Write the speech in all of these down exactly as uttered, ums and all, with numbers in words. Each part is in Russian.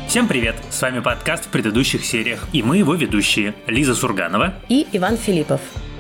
Всем привет! С вами подкаст в предыдущих сериях, и мы его ведущие Лиза Сурганова и Иван Филиппов.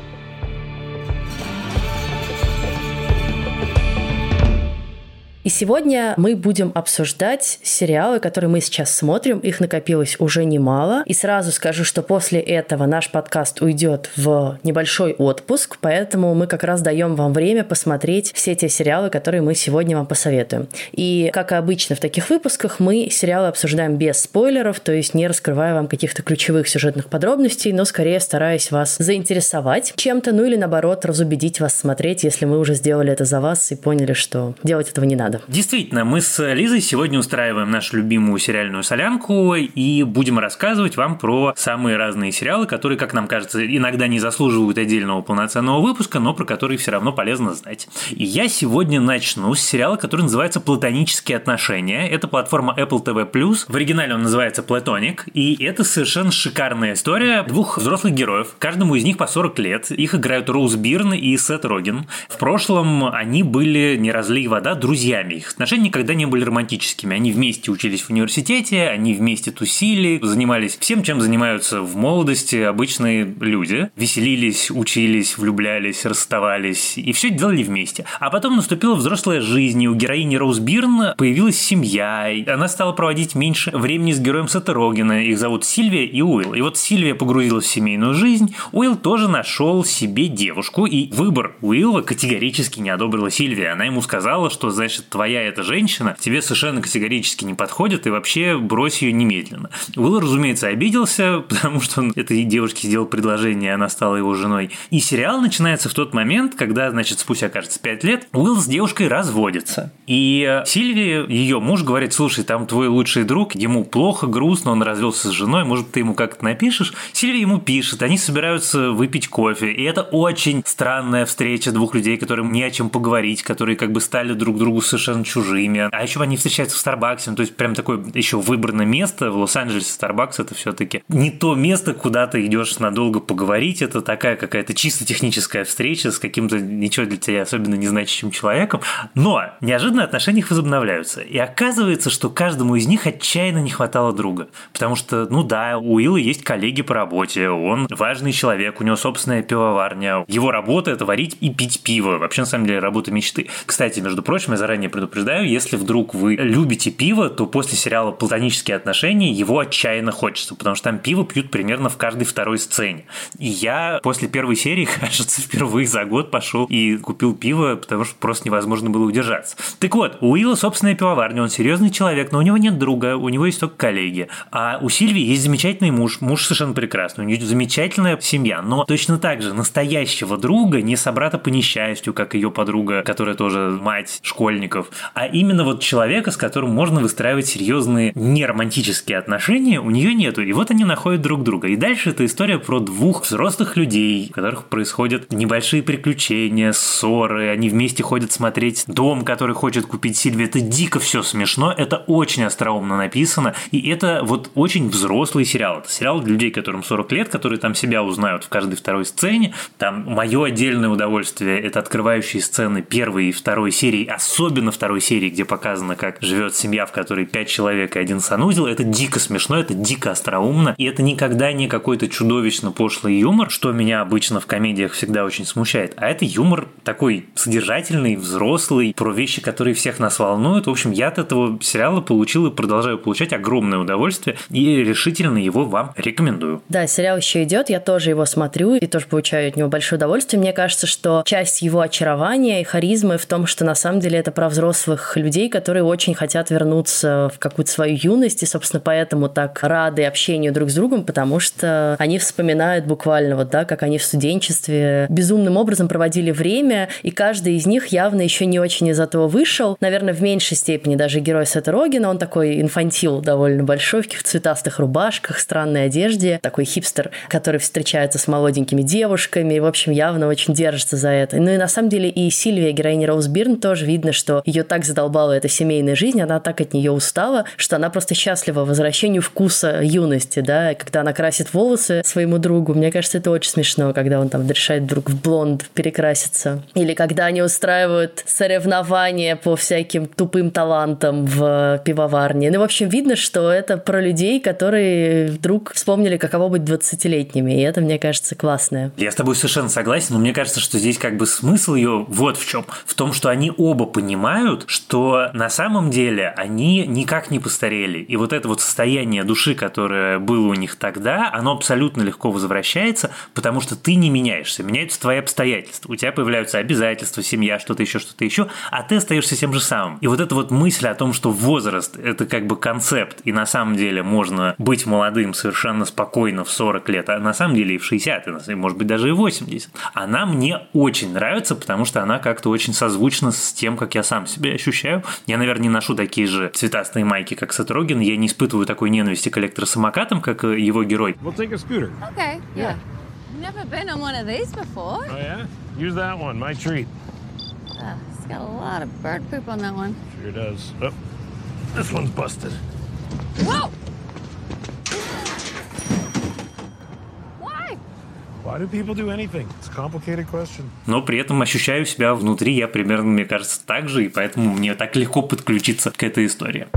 И сегодня мы будем обсуждать сериалы, которые мы сейчас смотрим. Их накопилось уже немало. И сразу скажу, что после этого наш подкаст уйдет в небольшой отпуск, поэтому мы как раз даем вам время посмотреть все те сериалы, которые мы сегодня вам посоветуем. И, как и обычно в таких выпусках, мы сериалы обсуждаем без спойлеров, то есть не раскрывая вам каких-то ключевых сюжетных подробностей, но скорее стараясь вас заинтересовать чем-то, ну или наоборот, разубедить вас смотреть, если мы уже сделали это за вас и поняли, что делать этого не надо. Действительно, мы с Лизой сегодня устраиваем нашу любимую сериальную солянку и будем рассказывать вам про самые разные сериалы, которые, как нам кажется, иногда не заслуживают отдельного полноценного выпуска, но про которые все равно полезно знать. И я сегодня начну с сериала, который называется «Платонические отношения». Это платформа Apple ти ви плюс. В оригинале он называется Platonic. И это совершенно шикарная история двух взрослых героев. Каждому из них по сорок лет. Их играют Роуз Бирн и Сет Роген. В прошлом они были, не разлей вода, друзьями. Их отношения никогда не были романтическими. Они вместе учились в университете, они вместе тусили, занимались всем, чем занимаются в молодости обычные люди. Веселились, учились, влюблялись, расставались и все делали вместе. А потом наступила взрослая жизнь, и у героини Роуз Бирн появилась семья, и она стала проводить меньше времени с героем Сета Рогена. Их зовут Сильвия и Уилл. И вот Сильвия погрузилась в семейную жизнь, Уилл тоже нашел себе девушку, и выбор Уилла категорически не одобрила Сильвия. Она ему сказала, что, значит, твоя эта женщина тебе совершенно категорически не подходит, и вообще брось ее немедленно. Уилл, разумеется, обиделся, потому что он этой девушке сделал предложение, и она стала его женой. И сериал начинается в тот момент, когда, значит, спустя, кажется, пять лет, Уилл с девушкой разводится. И Сильвия, ее муж, говорит: слушай, там твой лучший друг, ему плохо, грустно, он развелся с женой, может, ты ему как-то напишешь? Сильвия ему пишет, они собираются выпить кофе, и это очень странная встреча двух людей, которым не о чем поговорить, которые как бы стали друг другу совершенно чужими. А еще они встречаются в Старбаксе, ну, то есть прям такое еще выбранное место в Лос-Анджелесе. Старбакс — это все-таки не то место, куда ты идешь надолго поговорить, это такая какая-то чисто техническая встреча с каким-то ничего для тебя особенно не значащим человеком. Но неожиданно отношения их возобновляются, и оказывается, что каждому из них отчаянно не хватало друга, потому что, ну да, у Уилла есть коллеги по работе, он важный человек, у него собственная пивоварня, его работа — это варить и пить пиво, вообще на самом деле работа мечты. Кстати, между прочим, я заранее предупреждаю, если вдруг вы любите пиво, то после сериала «Платонические отношения» его отчаянно хочется, потому что там пиво пьют примерно в каждой второй сцене. И я после первой серии, кажется, впервые за год пошел и купил пиво, потому что просто невозможно было удержаться. Так вот, у Уилла собственная пивоварня, он серьезный человек, но у него нет друга, у него есть только коллеги. А у Сильвии есть замечательный муж, муж совершенно прекрасный, у нее замечательная семья, но точно так же настоящего друга, не собрата по несчастью, как ее подруга, которая тоже мать школьников, а именно вот человека, с которым можно выстраивать серьезные неромантические отношения, у нее нету. И вот они находят друг друга. И дальше это история про двух взрослых людей, у которых происходят небольшие приключения, ссоры, они вместе ходят смотреть дом, который хочет купить Сильвия. Это дико все смешно, это очень остроумно написано, и это вот очень взрослый сериал. Это сериал для людей, которым сорок лет, которые там себя узнают в каждой второй сцене. Там мое отдельное удовольствие — это открывающие сцены первой и второй серии, особенно второй серии, где показано, как живет семья, в которой пять человек и один санузел. Это дико смешно, это дико остроумно, и это никогда не какой-то чудовищно пошлый юмор, что меня обычно в комедиях всегда очень смущает, а это юмор такой содержательный, взрослый, про вещи, которые всех нас волнуют. В общем, я от этого сериала получил и продолжаю получать огромное удовольствие, и решительно его вам рекомендую. Да, сериал еще идет, я тоже его смотрю и тоже получаю от него большое удовольствие. Мне кажется, что часть его очарования и харизмы в том, что на самом деле это про взрослых людей, которые очень хотят вернуться в какую-то свою юность, и, собственно, поэтому так рады общению друг с другом, потому что они вспоминают буквально вот, да, как они в студенчестве безумным образом проводили время, и каждый из них явно еще не очень из этого вышел. Наверное, в меньшей степени даже герой Сета Рогена, он такой инфантил довольно большой, в цветастых рубашках, странной одежде, такой хипстер, который встречается с молоденькими девушками, и, в общем, явно очень держится за это. Ну и на самом деле и Сильвия, героиня Роуз Бирн, тоже видно, что ее так задолбала эта семейная жизнь, она так от нее устала, что она просто счастлива возвращению вкуса юности, да, когда она красит волосы своему другу. Мне кажется, это очень смешно, когда он там решает вдруг в блонд перекраситься. Или когда они устраивают соревнования по всяким тупым талантам в пивоварне. Ну, в общем, видно, что это про людей, которые вдруг вспомнили, каково быть двадцатилетними, и это, мне кажется, классное. Я с тобой совершенно согласен, но мне кажется, что здесь как бы смысл ее вот в чем. В том, что они оба понимают, что на самом деле они никак не постарели. И вот это вот состояние души, которое было у них тогда, оно абсолютно легко возвращается, потому что ты не меняешься. Меняются твои обстоятельства. У тебя появляются обязательства, семья, что-то еще, что-то еще, а ты остаешься тем же самым. И вот эта вот мысль о том, что возраст – это как бы концепт, и на самом деле можно быть молодым совершенно спокойно в сорок лет, а на самом деле и в шестьдесят, и может быть даже и восемьдесят. Она мне очень нравится, потому что она как-то очень созвучна с тем, как я сам себя ощущаю. Я, наверное, не ношу такие же цветастые майки, как Сет Роген, я не испытываю такой ненависти к электросамокатам, как его герой. We'll take a scooter. Okay, yeah. Never been on one of these before. Oh, yeah? Use that one, my treat. Uh, it's got a lot of burnt poop on that one. Sure does. Oh, this one's busted. Whoa! Why? Why do people do anything? It's a complicated question. Но при этом ощущаю себя внутри, я примерно, мне кажется, так же, и поэтому мне так легко подключиться к этой истории.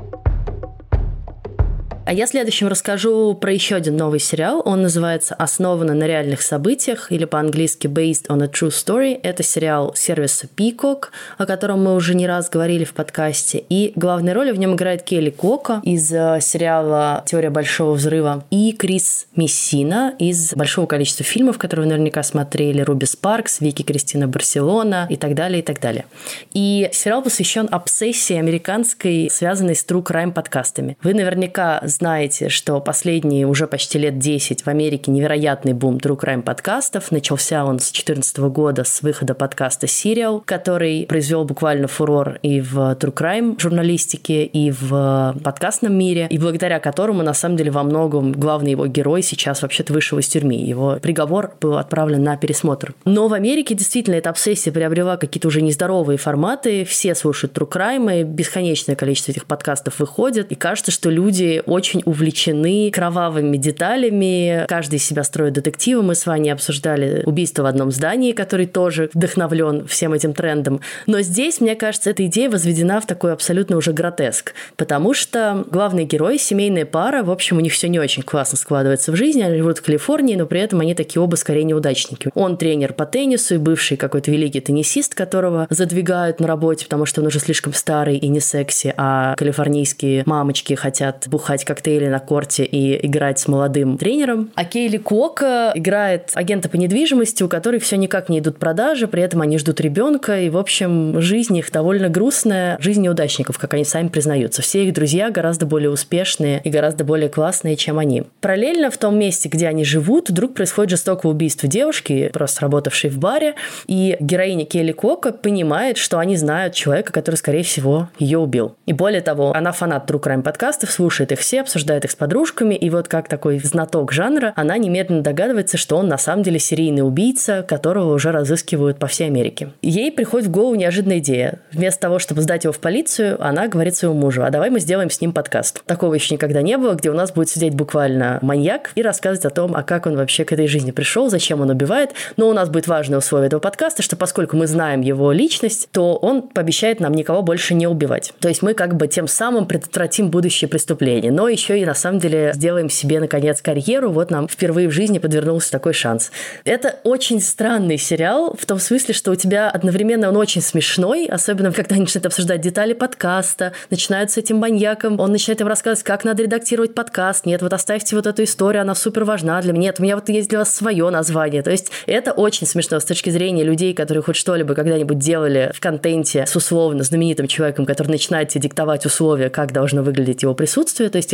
А я следующим расскажу про еще один новый сериал. Он называется «Основано на реальных событиях» или по-английски «Based on a True Story». Это сериал сервиса Peacock, о котором мы уже не раз говорили в подкасте. И главной роли в нем играет Келли Куоко из сериала «Теория большого взрыва» и Крис Мессина из большого количества фильмов, которые вы наверняка смотрели: «Руби Спаркс», «Вики Кристина Барселона» и так далее, и так далее. И сериал посвящен обсессии американской, связанной с true crime подкастами. Вы наверняка знаете, что последние уже почти лет десять в Америке невероятный бум true crime подкастов. Начался он с две тысячи четырнадцатого года с выхода подкаста Serial, который произвел буквально фурор и в true crime журналистике, и в подкастном мире, и благодаря которому, на самом деле, во многом главный его герой сейчас вообще-то вышел из тюрьмы. Его приговор был отправлен на пересмотр. Но в Америке действительно эта обсессия приобрела какие-то уже нездоровые форматы. Все слушают true crime, и бесконечное количество этих подкастов выходит, и кажется, что люди очень очень увлечены кровавыми деталями. Каждый из себя строит детектива. Мы с вами обсуждали «Убийство в одном здании», который тоже вдохновлен всем этим трендом. Но здесь, мне кажется, эта идея возведена в такой абсолютно уже гротеск. Потому что главный герой, семейная пара, в общем, у них все не очень классно складывается в жизни. Они живут в Калифорнии, но при этом они такие оба скорее неудачники. Он тренер по теннису и бывший какой-то великий теннисист, которого задвигают на работе, потому что он уже слишком старый и не секси, а калифорнийские мамочки хотят бухать коктейли на корте и играть с молодым тренером. А Кейли Куоко играет агента по недвижимости, у которой все никак не идут продажи, при этом они ждут ребенка, и, в общем, жизнь их довольно грустная, жизнь неудачников, как они сами признаются. Все их друзья гораздо более успешные и гораздо более классные, чем они. Параллельно в том месте, где они живут, вдруг происходит жестокое убийство девушки, просто работавшей в баре, и героиня Кейли Куоко понимает, что они знают человека, который, скорее всего, ее убил. И более того, она фанат true crime подкастов, слушает их все, обсуждает их с подружками, и вот как такой знаток жанра, она немедленно догадывается, что он на самом деле серийный убийца, которого уже разыскивают по всей Америке. Ей приходит в голову неожиданная идея. Вместо того, чтобы сдать его в полицию, она говорит своему мужу: а давай мы сделаем с ним подкаст. Такого еще никогда не было, где у нас будет сидеть буквально маньяк и рассказывать о том, а как он вообще к этой жизни пришел, зачем он убивает. Но у нас будет важное условие этого подкаста, что поскольку мы знаем его личность, то он пообещает нам никого больше не убивать. То есть мы как бы тем самым предотвратим будущее преступления. Но еще и на самом деле сделаем себе, наконец, карьеру. Вот нам впервые в жизни подвернулся такой шанс. Это очень странный сериал в том смысле, что у тебя одновременно он очень смешной, особенно когда они начинают обсуждать детали подкаста, начинают с этим маньяком, он начинает им рассказывать, как надо редактировать подкаст. Нет, вот оставьте вот эту историю, она супер важна для меня. Нет, у меня вот есть для вас свое название. То есть это очень смешно с точки зрения людей, которые хоть что-либо когда-нибудь делали в контенте с условно знаменитым человеком, который начинает тебе диктовать условия, как должно выглядеть его присутствие. То есть я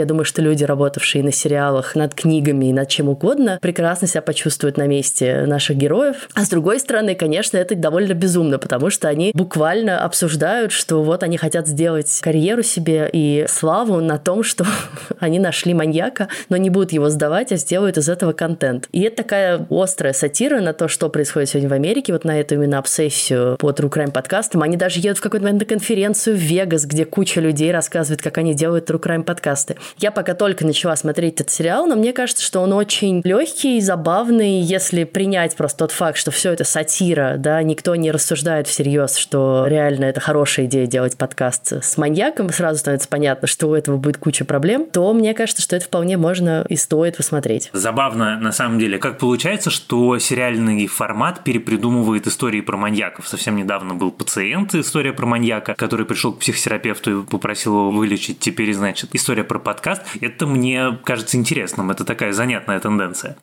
думаю, что люди, работавшие на сериалах, над книгами и над чем угодно, прекрасно себя почувствуют на месте наших героев. А с другой стороны, конечно, это довольно безумно, потому что они буквально обсуждают, что вот они хотят сделать карьеру себе и славу на том, что они нашли маньяка, но не будут его сдавать, а сделают из этого контент. И это такая острая сатира на то, что происходит сегодня в Америке, вот на эту именно обсессию по True Crime подкастам. Они даже едут в какой-то момент на конференцию в Вегас, где куча людей рассказывает, как они делают True Crime подкасты. Я пока только начала смотреть этот сериал, но мне кажется, что он очень легкий, забавный, если принять просто тот факт, что все это сатира, да, никто не рассуждает всерьез, что реально это хорошая идея делать подкаст с маньяком, сразу становится понятно, что у этого будет куча проблем, то мне кажется, что это вполне можно и стоит посмотреть. Забавно, на самом деле, как получается, что сериальный формат перепридумывает истории про маньяков. Совсем недавно был «Пациент», история про маньяка, который пришел к психотерапевту и попросил его вылечить. Теперь, значит, история про подкаст. Это мне кажется интересным. Это такая занятная тенденция.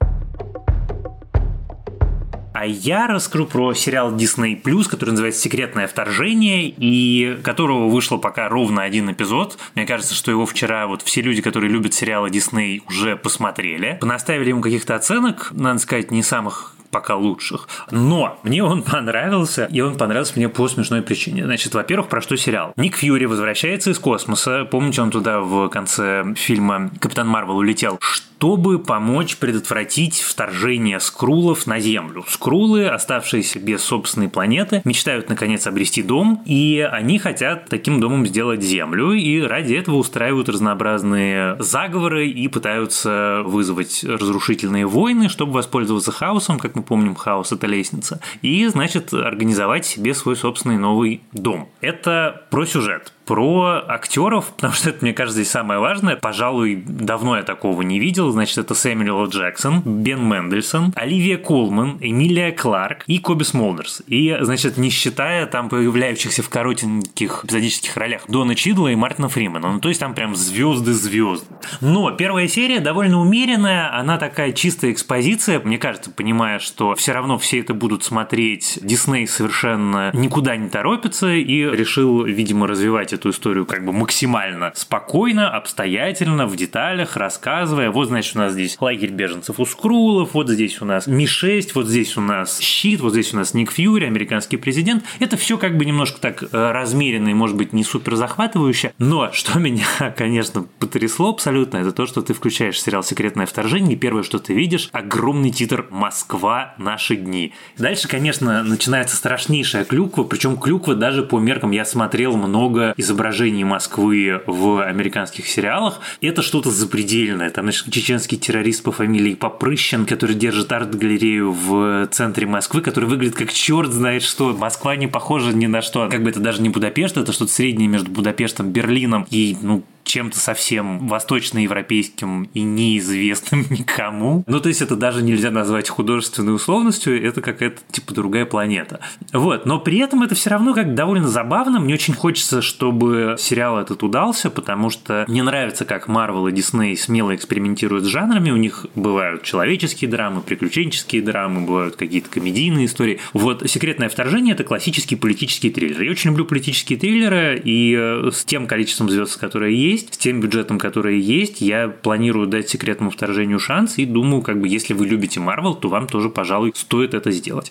А я расскажу про сериал Disney+, который называется «Секретное вторжение», и которого вышло пока ровно один эпизод. Мне кажется, что его вчера вот все люди, которые любят сериалы Disney, уже посмотрели. Понаставили ему каких-то оценок, надо сказать, не самых пока лучших. Но мне он понравился, и он понравился мне по смешной причине. Значит, во-первых, про что сериал? Ник Фьюри возвращается из космоса. Помните, он туда в конце фильма «Капитан Марвел» улетел, чтобы помочь предотвратить вторжение скрулов на Землю. Скрулы, оставшиеся без собственной планеты, мечтают наконец обрести дом, и они хотят таким домом сделать Землю, и ради этого устраивают разнообразные заговоры и пытаются вызвать разрушительные войны, чтобы воспользоваться хаосом, как мы помним, хаос – это лестница, и, значит, организовать себе свой собственный новый дом. Это про сюжет. Про актеров, потому что это, мне кажется, здесь самое важное. Пожалуй, давно я такого не видел. Значит, это Сэмюэл Л. Джексон, Бен Мендельсон, Оливия Колман, Эмилия Кларк и Коби Смолдерс. И, значит, не считая там появляющихся в коротеньких эпизодических ролях Дона Чидла и Мартина Фримена. Ну, то есть там прям звезды-звезды. Но первая серия довольно умеренная, она такая чистая экспозиция. Мне кажется, понимая, что все равно все это будут смотреть, Дисней совершенно никуда не торопится и решил, видимо, развивать эту историю как бы максимально спокойно, обстоятельно, в деталях, рассказывая. Вот, значит, у нас здесь лагерь беженцев у скрулов, вот здесь у нас Ми шесть, вот здесь у нас Щит, вот здесь у нас Ник Фьюри, американский президент. Это все как бы немножко так размеренно и, может быть, не супер захватывающе. Но что меня, конечно, потрясло абсолютно, это то, что ты включаешь сериал «Секретное вторжение», и первое, что ты видишь, огромный титр «Москва. Наши дни». Дальше, конечно, начинается страшнейшая клюква, причем клюква даже по меркам, я смотрел много изображений Москвы в американских сериалах. Это что-то запредельное. Там, значит, чеченский террорист по фамилии Попрыщин, который держит арт-галерею в центре Москвы, который выглядит как черт знает что. Москва не похожа ни на что. Как бы это даже не Будапешт, это что-то среднее между Будапештом, Берлином и, ну, чем-то совсем восточноевропейским и неизвестным никому. Ну, то есть это даже нельзя назвать художественной условностью, это какая-то типа другая планета. Вот, но при этом это все равно как довольно забавно. Мне очень хочется, чтобы сериал этот удался, потому что мне нравится, как Marvel и Disney смело экспериментируют с жанрами. У них бывают человеческие драмы, приключенческие драмы, бывают какие-то комедийные истории. Вот «Секретное вторжение» — это классический политический триллер. Я очень люблю политические триллеры, и с тем количеством звезд, которые есть, с тем бюджетом, который есть, я планирую дать «Секретному вторжению» шанс и думаю, как бы, если вы любите Marvel, то вам тоже, пожалуй, стоит это сделать.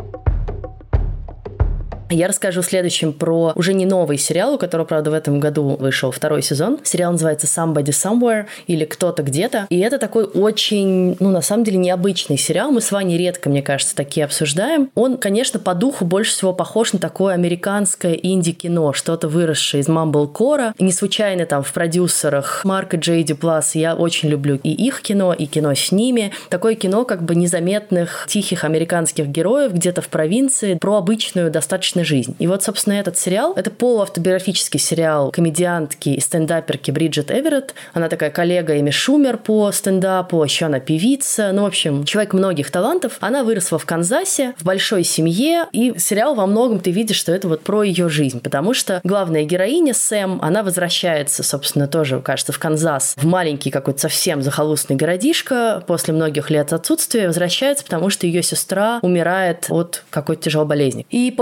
Я расскажу в следующем про уже не новый сериал, у которого, правда, в этом году вышел второй сезон. Сериал называется «Somebody Somewhere» или «Кто-то где-то». И это такой очень, ну, на самом деле, необычный сериал. Мы с Ваней редко, мне кажется, такие обсуждаем. Он, конечно, по духу больше всего похож на такое американское инди-кино, что-то выросшее из мамблкора. Не случайно там в продюсерах Марк и Джей Дуплас. Я очень люблю и их кино, и кино с ними. Такое кино как бы незаметных, тихих американских героев где-то в провинции про обычную, достаточно жизнь. И вот, собственно, этот сериал — это полуавтобиографический сериал комедиантки и стендаперки Бриджит Эверетт. Она такая коллега Эми Шумер по стендапу, еще она певица. Ну, в общем, человек многих талантов. Она выросла в Канзасе, в большой семье, и сериал во многом ты видишь, что это вот про ее жизнь, потому что главная героиня Сэм, она возвращается, собственно, тоже, кажется, в Канзас, в маленький какой-то совсем захолустный городишко после многих лет отсутствия, возвращается, потому что ее сестра умирает от какой-то тяжелой болезни. И после того, как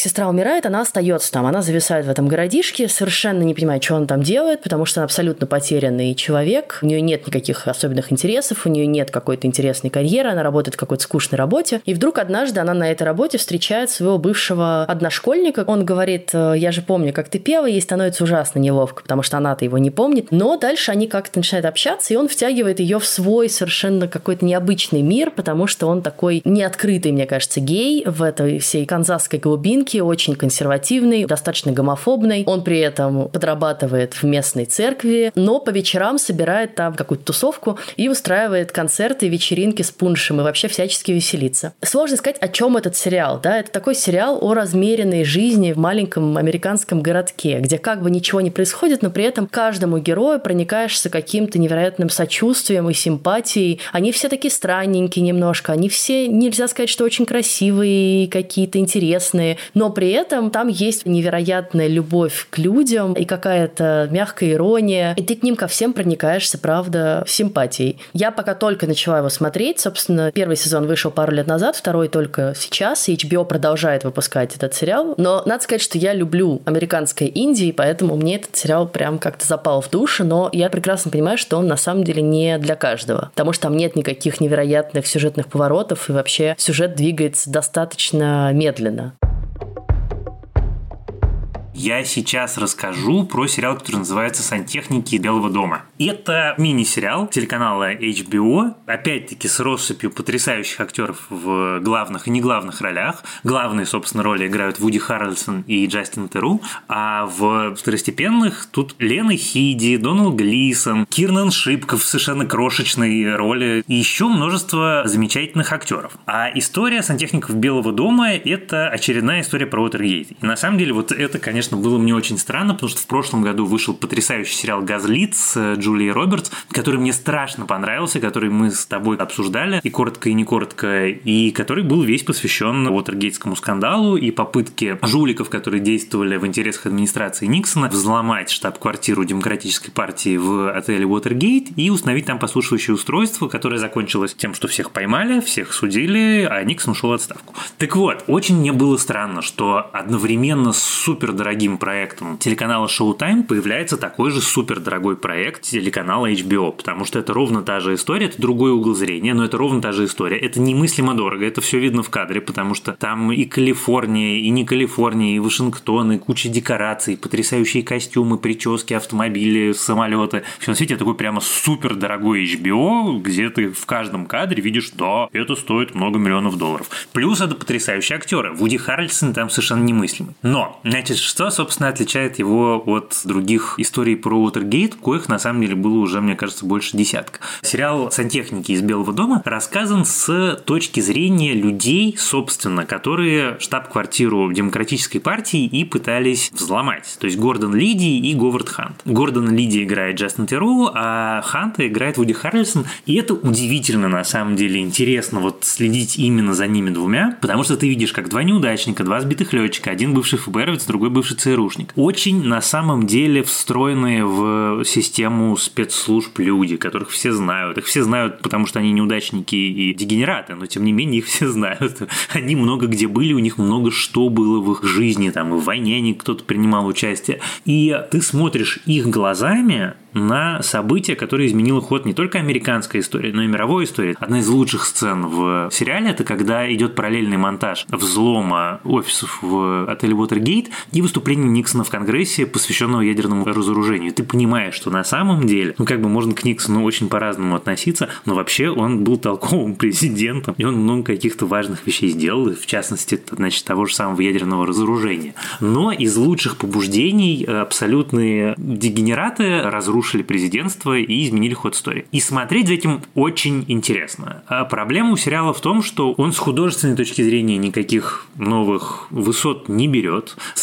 сестра умирает, она остается там, она зависает в этом городишке, совершенно не понимает, что он там делает, потому что она абсолютно потерянный человек, у нее нет никаких особенных интересов, у нее нет какой-то интересной карьеры, она работает в какой-то скучной работе, и вдруг однажды она на этой работе встречает своего бывшего одношкольника, он говорит: я же помню, как ты пела, ей становится ужасно неловко, потому что она-то его не помнит, но дальше они как-то начинают общаться, и он втягивает ее в свой совершенно какой-то необычный мир, потому что он такой неоткрытый, мне кажется, гей в этой всей канзасской глубинке, очень консервативный, достаточно гомофобный. Он при этом подрабатывает в местной церкви, но по вечерам собирает там какую-то тусовку и устраивает концерты, вечеринки с пуншем и вообще всячески веселится. Сложно сказать, о чем этот сериал, да? Это такой сериал о размеренной жизни в маленьком американском городке, где как бы ничего не происходит, но при этом каждому герою проникаешься каким-то невероятным сочувствием и симпатией. Они все такие странненькие немножко, они все, нельзя сказать, что очень красивые, какие-то интересные, но при этом там есть невероятная любовь к людям и какая-то мягкая ирония, и ты к ним ко всем проникаешься, правда, симпатией. Я пока только начала его смотреть, собственно, первый сезон вышел пару лет назад, второй только сейчас, и эйч би о продолжает выпускать этот сериал, но надо сказать, что я люблю американское инди, поэтому мне этот сериал прям как-то запал в душу, но я прекрасно понимаю, что он на самом деле не для каждого, потому что там нет никаких невероятных сюжетных поворотов, и вообще сюжет двигается достаточно медленно. Я сейчас расскажу про сериал, который называется «Сантехники Белого дома». Это мини-сериал телеканала эйч би о, опять-таки с россыпью потрясающих актеров в главных и неглавных ролях. Главные, собственно, роли играют Вуди Харрельсон и Джастин Теру, а в второстепенных тут Лена Хиди, Донал Глисон, Кирнан Шипков в совершенно крошечной роли и еще множество замечательных актеров. А история «Сантехников Белого дома» — это очередная история про Уотергейт. И на самом деле вот это, конечно, было мне очень странно, потому что в прошлом году вышел потрясающий сериал «Газлит» с Джулией Робертс, который мне страшно понравился, который мы с тобой обсуждали и коротко, и не коротко, и который был весь посвящен Уотергейтскому скандалу и попытке жуликов, которые действовали в интересах администрации Никсона, взломать штаб-квартиру Демократической партии в отеле Уотергейт и установить там подслушивающее устройство, которое закончилось тем, что всех поймали, всех судили, а Никсон ушел в отставку. Так вот, очень мне было странно, что одновременно с супердорогим проектом телеканала Showtime появляется такой же супердорогой проект телеканала эйч би о, потому что это ровно та же история, это другой угол зрения, но это ровно та же история. Это немыслимо дорого, это все видно в кадре, потому что там и Калифорния, и не Калифорния, и Вашингтон, и куча декораций, потрясающие костюмы, прически, автомобили, самолеты. Все на свете такой прямо супердорогой эйч би о, где ты в каждом кадре видишь, да, это стоит много миллионов долларов. Плюс это потрясающие актеры. Вуди Харрельсон там совершенно немыслимый. Но, значит, что, собственно, отличает его от других историй про Уотергейт, коих на самом деле было уже, мне кажется, больше десятка. Сериал «Сантехники из Белого дома» рассказан с точки зрения людей, собственно, которые штаб-квартиру Демократической партии и пытались взломать. То есть Гордон Лиди и Говард Хант. Гордон Лиди играет Джастин Теру, а Ханта играет Вуди Харрельсон. И это удивительно, на самом деле, интересно вот следить именно за ними двумя, потому что ты видишь, как два неудачника, два сбитых летчика, один бывший ФБРовец, другой бывший ЦРУшник. Очень, на самом деле, встроенные в систему спецслужб люди, которых все знают. Их все знают, потому что они неудачники и дегенераты, но, тем не менее, их все знают. Они много где были, у них много что было в их жизни, там, и в войне они кто-то принимал участие. И ты смотришь их глазами на события, которые изменило ход не только американской истории, но и мировой истории. Одна из лучших сцен в сериале — это когда идет параллельный монтаж взлома офисов в отеле Уотергейт и выступление Никсона в Конгрессе, посвященного ядерному разоружению. Ты понимаешь, что на самом деле, ну как бы можно к Никсону очень по-разному относиться, но вообще он был толковым президентом, и он много каких-то важных вещей сделал, в частности, значит, того же самого ядерного разоружения. Но из лучших побуждений абсолютные дегенераты разрушили президентство и изменили ход истории. И смотреть за этим очень интересно. А проблема у сериала в том, что он с художественной точки зрения никаких новых высот не берет. С точки зрения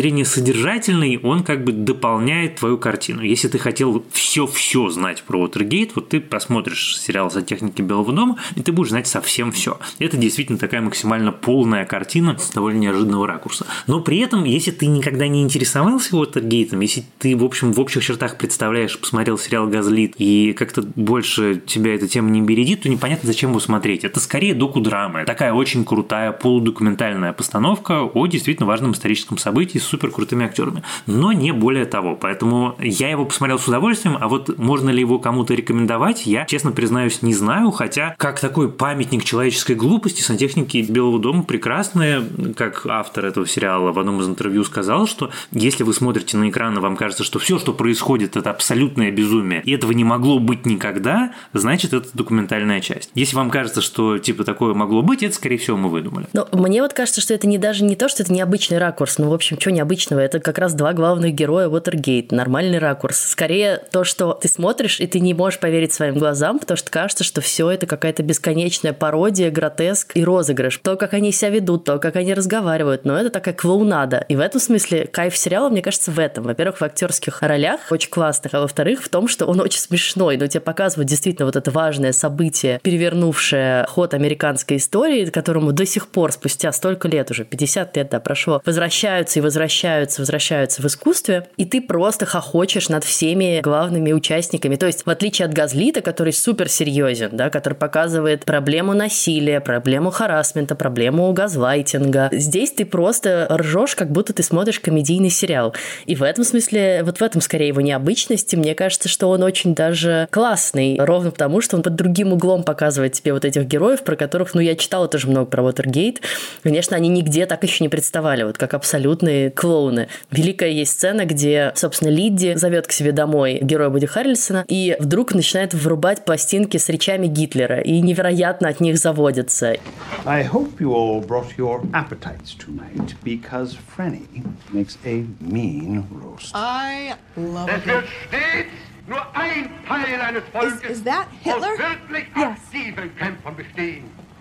зрения содержательной, он как бы дополняет твою картину. Если ты хотел все-все знать про Уотергейт, вот ты посмотришь сериал «Сантехники Белого дома», и ты будешь знать совсем все. Это действительно такая максимально полная картина с довольно неожиданного ракурса. Но при этом, если ты никогда не интересовался Уотергейтом, если ты, в общем, в общих чертах представляешь, посмотрел сериал «Газлит», и как-то больше тебя эта тема не бередит, то непонятно, зачем его смотреть. Это скорее доку-драма. Такая очень крутая полудокументальная постановка о действительно важном историческом событии с супер крутыми актерами. Но не более того. Поэтому я его посмотрел с удовольствием, а вот можно ли его кому-то рекомендовать, я, честно признаюсь, не знаю, хотя как такой памятник человеческой глупости «Сантехники Белого дома» прекрасные, как автор этого сериала в одном из интервью сказал, что если вы смотрите на экран, и вам кажется, что все, что происходит, это абсолютное безумие, и этого не могло быть никогда, значит, это документальная часть. Если вам кажется, что типа такое могло быть, это, скорее всего, мы выдумали. Но мне вот кажется, что это не даже не то, что это необычный ракурс, ну, в общем, чего необычного, это как раз два главных героя Уотергейт, нормальный ракурс. Скорее то, что ты смотришь, и ты не можешь поверить своим глазам, потому что кажется, что все это какая-то бесконечная пародия, гротеск и розыгрыш. То, как они себя ведут, то, как они разговаривают, но это такая клоунада. И в этом смысле кайф сериала, мне кажется, в этом. Во-первых, в актерских ролях очень классных, а во-вторых, в том, что он очень смешной, но тебе показывают действительно вот это важное событие, перевернувшее ход американской истории, к которому до сих пор, спустя столько лет уже, пятьдесят лет, да, прошло, возвращаются и возвращаются, возвращаются в искусстве, и ты просто хохочешь над всеми главными участниками. То есть, в отличие от «Газлита», который суперсерьезен, да, который показывает проблему насилия, проблему харассмента, проблему газлайтинга, здесь ты просто ржешь, как будто ты смотришь комедийный сериал. И в этом смысле, вот в этом скорее его необычности, мне кажется, что он очень даже классный, ровно потому, что он под другим углом показывает тебе вот этих героев, про которых, ну, я читала тоже много про Уотергейт. Конечно, они нигде так еще не представали, вот как абсолютные клоуны. Великая есть сцена, где, собственно, Лидди зовет к себе домой героя Вуди Харрельсона и вдруг начинает врубать пластинки с речами Гитлера и невероятно от них заводится. I hope you all brought your appetites tonight because Franny makes a mean roast. I love it. Es wird stets nur ein Teil eines Volkes Is, is that Hitler? aus wirklich Yes. aktiven Kämpfern bestehen.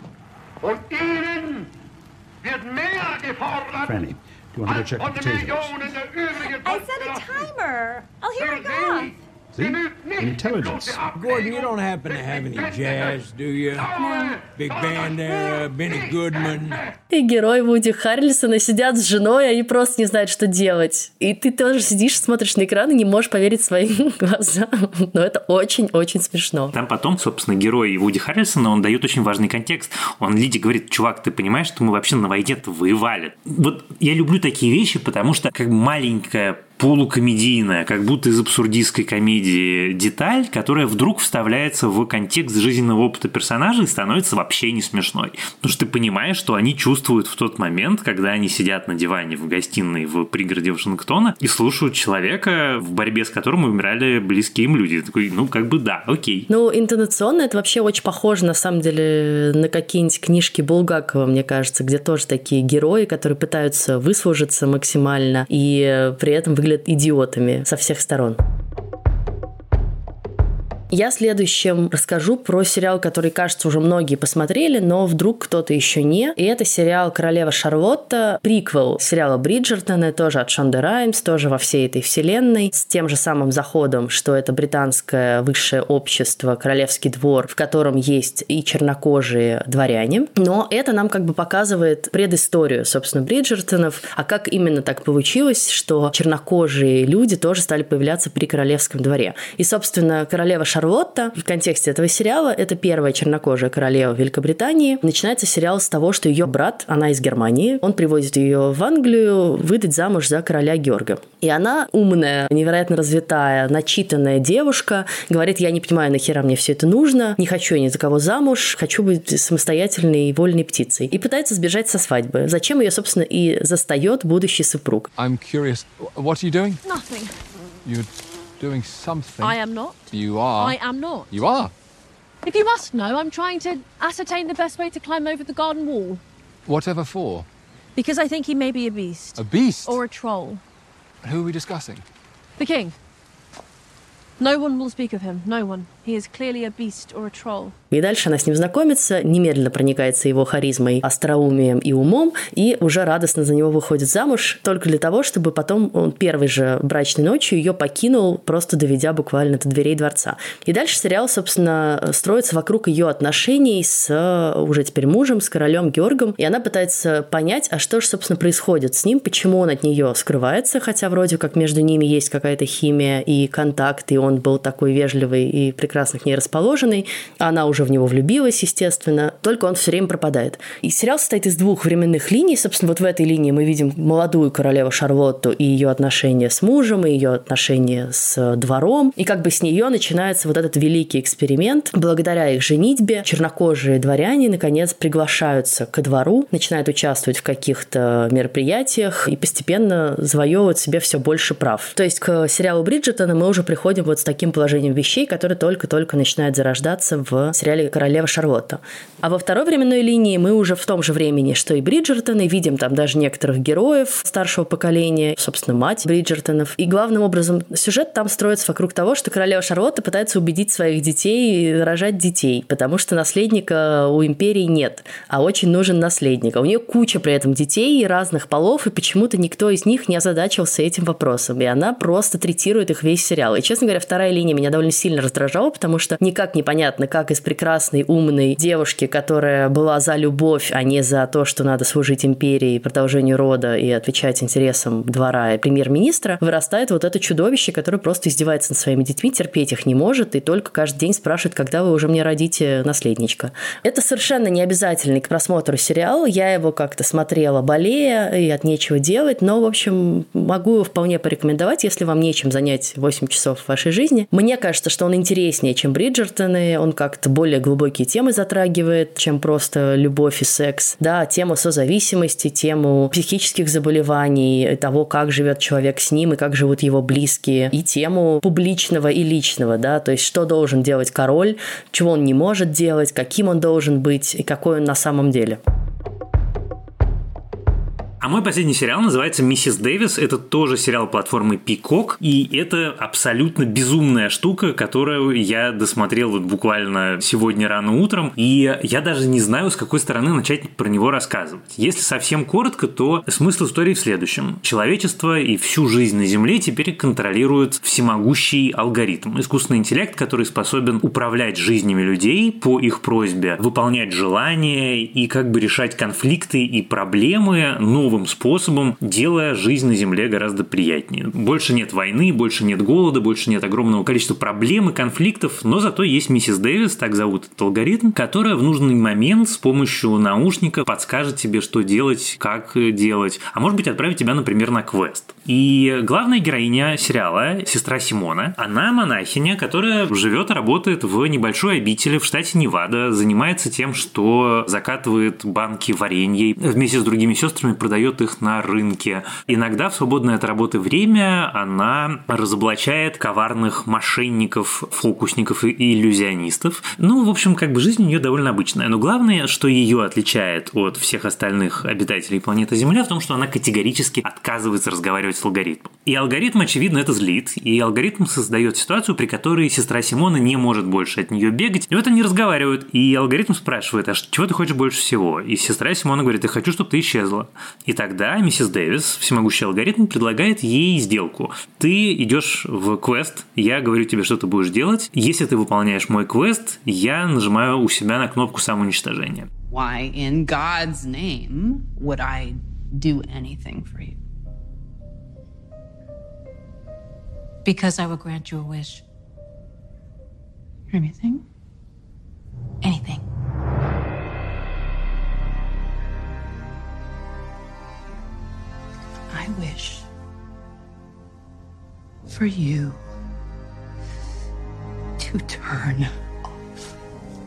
Und ihnen wird mehr gefordert Franny, do you want to go als check von the den potatoes? Millionen der übrigen I set a timer. I'll hear Für it go. sie See? genügt nicht Intelligence. die bloße Gordon, you don't Ablehnung happen to des have any Existenzes. jazz, do you? Dauer, Big sondern band there, Benny Goodman. И герой Вуди Харрельсона сидят с женой, они просто не знают, что делать. И ты тоже сидишь, смотришь на экран и не можешь поверить своим глазам. Но это очень-очень смешно. Там потом, собственно, герой Вуди Харрельсона, он дает очень важный контекст. Он Лиде говорит: чувак, ты понимаешь, что мы вообще на войне-то воевали? Вот я люблю такие вещи, потому что как маленькая полукомедийная, как будто из абсурдистской комедии деталь, которая вдруг вставляется в контекст жизненного опыта персонажа и становится вообще не смешной. Потому что ты понимаешь, что они чувствуют в тот момент, когда они сидят на диване в гостиной в пригороде Вашингтона и слушают человека, в борьбе с которым умирали близкие им люди. Такой, ну, как бы да, окей. Ну, интонационно это вообще очень похоже, на самом деле, на какие-нибудь книжки Булгакова, мне кажется, где тоже такие герои, которые пытаются выслужиться максимально и при этом выглядят идиотами со всех сторон. Я следующим расскажу про сериал, который, кажется, уже многие посмотрели, но вдруг кто-то еще не. И это сериал «Королева Шарлотта», приквел сериала Бриджертона, тоже от Шонды Раймс, тоже во всей этой вселенной, с тем же самым заходом, что это британское высшее общество, королевский двор, в котором есть и чернокожие дворяне. Но это нам как бы показывает предысторию, собственно, Бриджертонов, а как именно так получилось, что чернокожие люди тоже стали появляться при королевском дворе. И, собственно, королева Шарлотта в контексте этого сериала — это первая чернокожая королева Великобритании. Начинается сериал с того, что ее брат, она из Германии, он привозит ее в Англию выдать замуж за короля Георга. И она умная, невероятно развитая, начитанная девушка, говорит: я не понимаю, нахера мне все это нужно, не хочу я ни за кого замуж, хочу быть самостоятельной и вольной птицей. И пытается сбежать со свадьбы. Зачем ее, собственно, и застает будущий супруг. I'm curious. What are you doing? Nothing. You're doing something. I am not. You are. I am not. You are. If you must know, I'm trying to ascertain the best way to climb over the garden wall. Whatever for? Because I think he may be a beast. A beast? Or a troll. Who are we discussing? The king. No one will speak of him. No one. He is clearly a beast or a troll. И дальше она с ним знакомится, немедленно проникается его харизмой, остроумием и умом, и уже радостно за него выходит замуж, только для того, чтобы потом он первой же брачной ночью ее покинул, просто доведя буквально до дверей дворца. И дальше сериал, собственно, строится вокруг ее отношений с уже теперь мужем, с королем Георгом, и она пытается понять, а что же, собственно, происходит с ним, почему он от нее скрывается, хотя вроде как между ними есть какая-то химия и контакт, и он был такой вежливый и прекрасно к ней расположенный, а она уже в него влюбилась, естественно, только он все время пропадает. И сериал состоит из двух временных линий. Собственно, вот в этой линии мы видим молодую королеву Шарлотту и ее отношения с мужем, и ее отношения с двором. И как бы с нее начинается вот этот великий эксперимент. Благодаря их женитьбе чернокожие дворяне, наконец, приглашаются ко двору, начинают участвовать в каких-то мероприятиях и постепенно завоевывают себе все больше прав. То есть к сериалу Бриджертона мы уже приходим вот с таким положением вещей, которое только-только начинает зарождаться в сериале «Королева Шарлотта». А во второй временной линии мы уже в том же времени, что и Бриджертоны, видим там даже некоторых героев старшего поколения, собственно, мать Бриджертонов. И главным образом сюжет там строится вокруг того, что королева Шарлотта пытается убедить своих детей рожать детей, потому что наследника у империи нет, а очень нужен наследник. А у нее куча при этом детей разных полов, и почему-то никто из них не озадачился этим вопросом. И она просто третирует их весь сериал. И, честно говоря, вторая линия меня довольно сильно раздражала, потому что никак непонятно, как из прекрасной, умной девушки, которая была за любовь, а не за то, что надо служить империи, продолжению рода и отвечать интересам двора и премьер-министра, вырастает вот это чудовище, которое просто издевается над своими детьми, терпеть их не может и только каждый день спрашивает, когда вы уже мне родите наследничка. Это совершенно не обязательный к просмотру сериал. Я его как-то смотрела болея и от нечего делать, но, в общем, могу его вполне порекомендовать, если вам нечем занять восемь часов в вашей жизни. Мне кажется, что он интереснее, чем Бриджертоны, он как-то более глубокие темы затрагивает, чем просто любовь и секс. Да, тему созависимости, тему психических заболеваний, того, как живет человек с ним и как живут его близкие, и тему публичного и личного, да, то есть что должен делать король, чего он не может делать, каким он должен быть и какой он на самом деле. А мой последний сериал называется «Миссис Дэвис». Это тоже сериал платформы Peacock, и это абсолютно безумная штука, которую я досмотрел вот буквально сегодня рано утром, и я даже не знаю, с какой стороны начать про него рассказывать. Если совсем коротко, то смысл истории в следующем. Человечество и всю жизнь на Земле теперь контролирует всемогущий алгоритм. Искусственный интеллект, который способен управлять жизнями людей по их просьбе, выполнять желания и как бы решать конфликты и проблемы новым способом, делая жизнь на Земле гораздо приятнее. Больше нет войны, больше нет голода, больше нет огромного количества проблем и конфликтов, но зато есть миссис Дэвис, так зовут этот алгоритм, которая в нужный момент с помощью наушника подскажет тебе, что делать, как делать, а может быть отправить тебя, например, на квест. И главная героиня сериала, сестра Симона, она монахиня, которая живет и работает в небольшой обители в штате Невада, занимается тем, что закатывает банки варенья, вместе с другими сестрами продает их на рынке. Иногда в свободное от работы время она разоблачает коварных мошенников, фокусников и иллюзионистов. Ну, в общем, как бы жизнь у нее довольно обычная. Но главное, что ее отличает от всех остальных обитателей планеты Земля, в том, что она категорически отказывается разговаривать с алгоритмом. И алгоритм, очевидно, это злит. И алгоритм создает ситуацию, при которой сестра Симона не может больше от нее бегать. И вот они разговаривают. И алгоритм спрашивает, а чего ты хочешь больше всего? И сестра Симона говорит, я хочу, чтобы ты исчезла. И тогда миссис Дэвис, всемогущий алгоритм, предлагает ей сделку. Ты идешь в квест, я говорю тебе, что ты будешь делать. Если ты выполняешь мой квест, я нажимаю у себя на кнопку самоуничтожения. Why, in God's name, would I do anything for you? Because I will grant you a wish. Anything? Anything. I wish for you to turn off.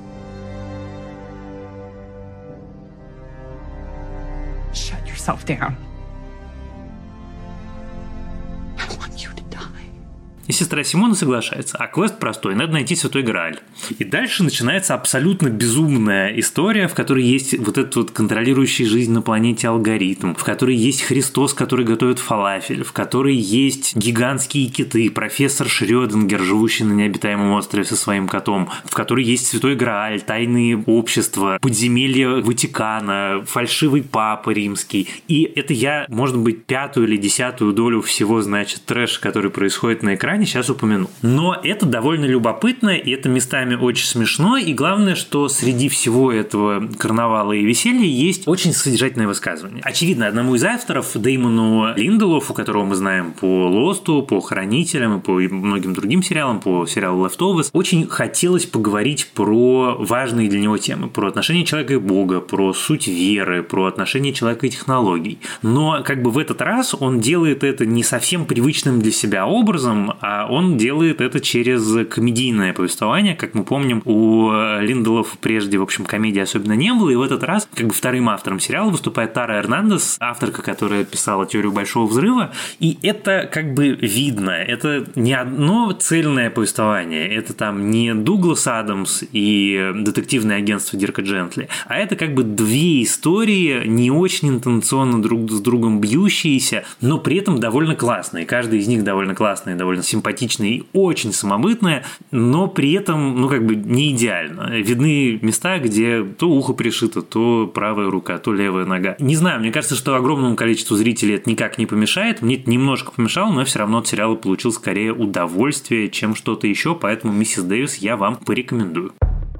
Shut yourself down. I want you to die. И сестра Симона соглашается. А квест простой, надо найти Святой Грааль. И дальше начинается абсолютно безумная история, в которой есть вот этот вот контролирующий жизнь на планете алгоритм, в которой есть Христос, который готовит фалафель, в которой есть гигантские киты, профессор Шрёдингер, живущий на необитаемом острове со своим котом, в которой есть Святой Грааль, тайные общества, подземелья Ватикана, фальшивый папа римский. И это я, может быть, пятую или десятую долю всего, значит, трэша, который происходит на экране, сейчас упомяну. Но это довольно любопытно, и это местами очень смешно, и главное, что среди всего этого карнавала и веселья есть очень содержательное высказывание. Очевидно, одному из авторов, Дэймону Линделофу, которого мы знаем по Лосту, по Хранителям и по многим другим сериалам, по сериалу Leftovers, очень хотелось поговорить про важные для него темы, про отношения человека и Бога, про суть веры, про отношения человека и технологий. Но как бы в этот раз он делает это не совсем привычным для себя образом, а он делает это через комедийное повествование. Как мы помним, у Линделофа прежде, в общем, комедии особенно не было, и в этот раз как бы вторым автором сериала выступает Тара Эрнандес, авторка, которая писала «Теорию большого взрыва», и это как бы видно, это не одно цельное повествование, это там не Дуглас Адамс и детективное агентство Дирка Джентли, а это как бы две истории, не очень интонационно друг с другом бьющиеся, но при этом довольно классные, каждая из них довольно классная, довольно симпатичная и очень самобытная, но при этом, ну, как бы не идеально. Видны места, где то ухо пришито, то правая рука, то левая нога. Не знаю, мне кажется, что огромному количеству зрителей это никак не помешает. Мне это немножко помешало, но все равно от сериала получил скорее удовольствие, чем что-то еще, поэтому «Миссис Дэвис» я вам порекомендую.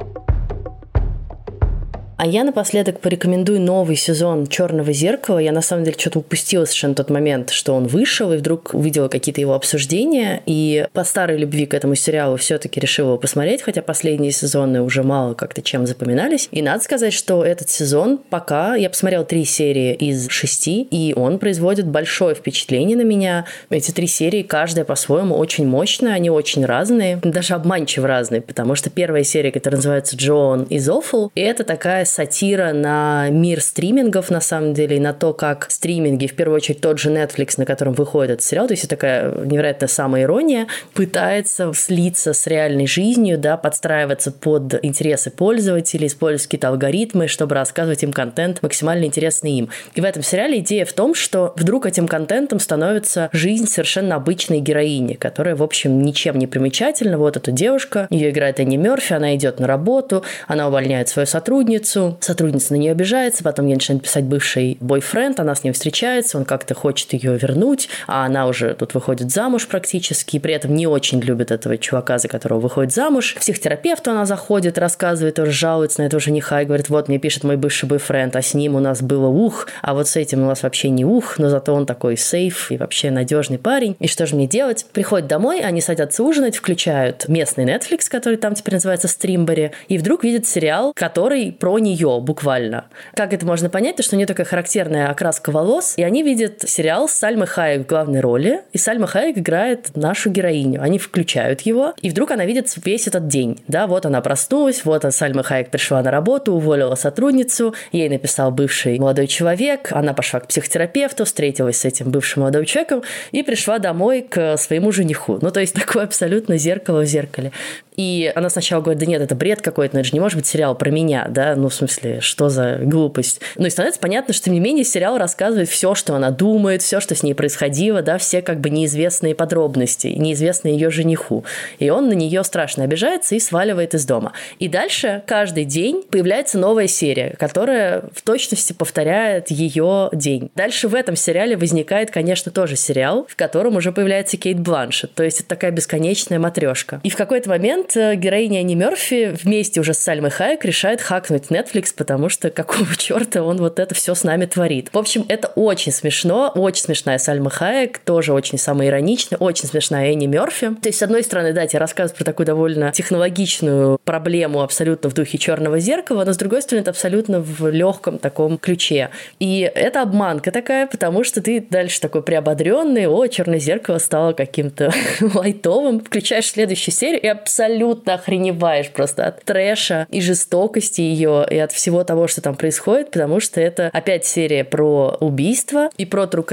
А я напоследок порекомендую новый сезон «Черного зеркала». Я, на самом деле, что-то упустила совершенно тот момент, что он вышел, и вдруг увидела какие-то его обсуждения, и по старой любви к этому сериалу все-таки решила его посмотреть, хотя последние сезоны уже мало как-то чем запоминались. И надо сказать, что этот сезон пока... Я посмотрела три серии из шести, и он производит большое впечатление на меня. Эти три серии, каждая по-своему очень мощная, они очень разные, даже обманчиво разные, потому что первая серия, которая называется «Joan is Awful», и это такая сатира на мир стримингов, на самом деле, и на то, как стриминги, в первую очередь тот же Netflix, на котором выходит этот сериал, то есть это такая невероятная самоирония, пытается слиться с реальной жизнью, да, подстраиваться под интересы пользователей, использовать какие-то алгоритмы, чтобы рассказывать им контент максимально интересный им. И в этом сериале идея в том, что вдруг этим контентом становится жизнь совершенно обычной героини, которая, в общем, ничем не примечательна. Вот эта девушка, ее играет Энни Мерфи, она идет на работу, она увольняет свою сотрудницу, сотрудница на нее обижается, потом ей начинает писать бывший бойфренд, она с ним встречается, он как-то хочет ее вернуть, а она уже тут выходит замуж практически, и при этом не очень любит этого чувака, за которого выходит замуж. К психотерапевту она заходит, рассказывает, тоже жалуется на этого жениха и говорит: вот мне пишет мой бывший бойфренд, а с ним у нас было ух, а вот с этим у нас вообще не ух, но зато он такой сейф и вообще надежный парень. И что же мне делать? Приходит домой, они садятся ужинать, включают местный Netflix, который там теперь называется Стримбери, и вдруг видят сериал, который про нее буквально. Как это можно понять? То, что у нее такая характерная окраска волос, и они видят сериал с Сальмой Хайек в главной роли, и Сальма Хайек играет нашу героиню. Они включают его, и вдруг она видит весь этот день. Да, вот она проснулась, вот Сальма Хайек пришла на работу, уволила сотрудницу, ей написал бывший молодой человек, она пошла к психотерапевту, встретилась с этим бывшим молодым человеком и пришла домой к своему жениху. Ну, то есть такое абсолютно зеркало в зеркале. И она сначала говорит: да нет, это бред какой-то, но это же не может быть сериал про меня, да, ну, в смысле, что за глупость. Ну, и становится понятно, что, тем не менее, сериал рассказывает все, что она думает, все, что с ней происходило, да, все как бы неизвестные подробности, неизвестные ее жениху. И он на нее страшно обижается и сваливает из дома. И дальше каждый день появляется новая серия, которая в точности повторяет ее день. Дальше в этом сериале возникает, конечно, тоже сериал, в котором уже появляется Кейт Бланшетт, то есть это такая бесконечная матрешка. И в какой-то момент героиня Энни Мерфи вместе уже с Сальмой Хайек решает хакнуть Netflix, потому что какого черта он вот это все с нами творит. В общем, это очень смешно, очень смешная Сальма Хайек, тоже очень самоироничная, очень смешная Энни Мерфи. То есть, с одной стороны, да, тебе рассказывают про такую довольно технологичную проблему абсолютно в духе «Черного зеркала», но, с другой стороны, это абсолютно в легком таком ключе. И это обманка такая, потому что ты дальше такой приободренный: о, «Черное зеркало» стало каким-то лайтовым. Включаешь следующую серию и абсолютно абсолютно охреневаешь просто от трэша и жестокости ее, и от всего того, что там происходит, потому что это опять серия про убийство и про true crime.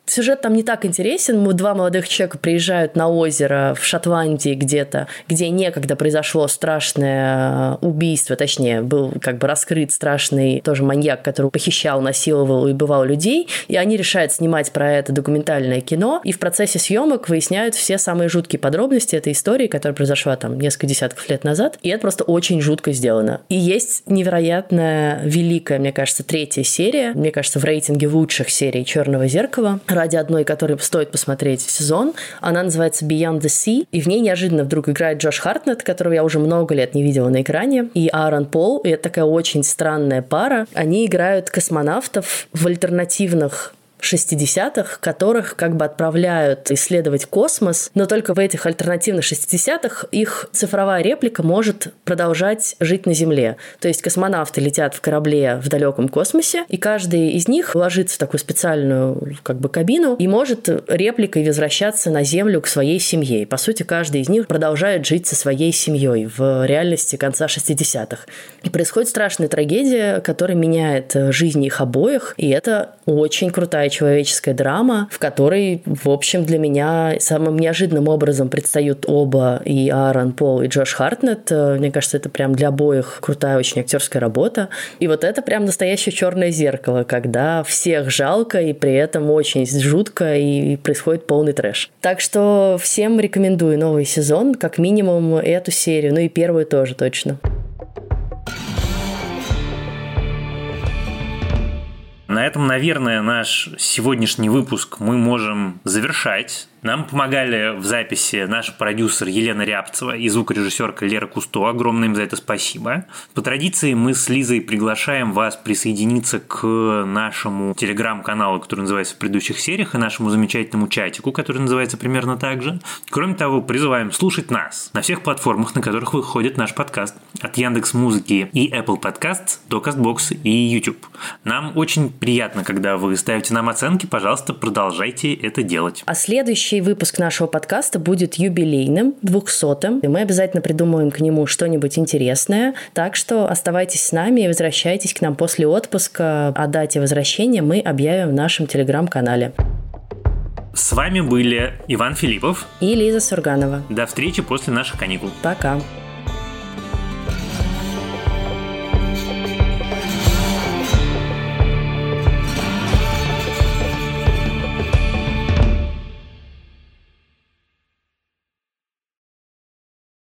Сюжет там не так интересен. Два молодых человека приезжают на озеро в Шотландии где-то, где некогда произошло страшное убийство, точнее, был как бы раскрыт страшный тоже маньяк, который похищал, насиловал и убивал людей, и они решают снимать про это документальное кино, и в процессе съемок выясняют все самые жуткие подробности этой истории, которая произошла там несколько десятков лет назад, и это просто очень жутко сделано. И есть невероятная, великая, мне кажется, третья серия, мне кажется, в рейтинге лучших серий «Черного зеркала», ради одной, которой стоит посмотреть сезон. Она называется Beyond the Sea, и в ней неожиданно вдруг играет Джош Хартнетт, которого я уже много лет не видела на экране, и Аарон Пол, и это такая очень странная пара. Они играют космонавтов в альтернативных шестидесятых, которых как бы отправляют исследовать космос, но только в этих альтернативных шестидесятых их цифровая реплика может продолжать жить на Земле. То есть космонавты летят в корабле в далеком космосе, и каждый из них ложится в такую специальную как бы кабину и может репликой возвращаться на Землю к своей семье. И, по сути, каждый из них продолжает жить со своей семьей в реальности конца шестидесятых. И происходит страшная трагедия, которая меняет жизни их обоих, и это очень крутая человеческая драма, в которой, в общем, для меня самым неожиданным образом предстают оба, и Аарон Пол, и Джош Хартнетт. Мне кажется, это прям для обоих крутая очень актерская работа. И вот это прям настоящее черное зеркало, когда всех жалко, и при этом очень жутко, и происходит полный трэш. Так что всем рекомендую новый сезон, как минимум эту серию, ну и первую тоже точно. На этом, наверное, наш сегодняшний выпуск мы можем завершать. Нам помогали в записи наш продюсер Елена Рябцева и звукорежиссерка Лера Кусто. Огромное им за это спасибо. По традиции мы с Лизой приглашаем вас присоединиться к нашему телеграм-каналу, который называется «В предыдущих сериях», и нашему замечательному чатику, который называется примерно так же. Кроме того, призываем слушать нас на всех платформах, на которых выходит наш подкаст. От Яндекс.Музыки и Apple Podcasts до Castbox и YouTube. Нам очень приятно, когда вы ставите нам оценки. Пожалуйста, продолжайте это делать. А следующий выпуск нашего подкаста будет юбилейным, двухсотым, и мы обязательно придумаем к нему что-нибудь интересное. Так что оставайтесь с нами и возвращайтесь к нам после отпуска. О дате возвращения мы объявим в нашем телеграм-канале. С вами были Иван Филиппов и Лиза Сурганова. До встречи после наших каникул. Пока.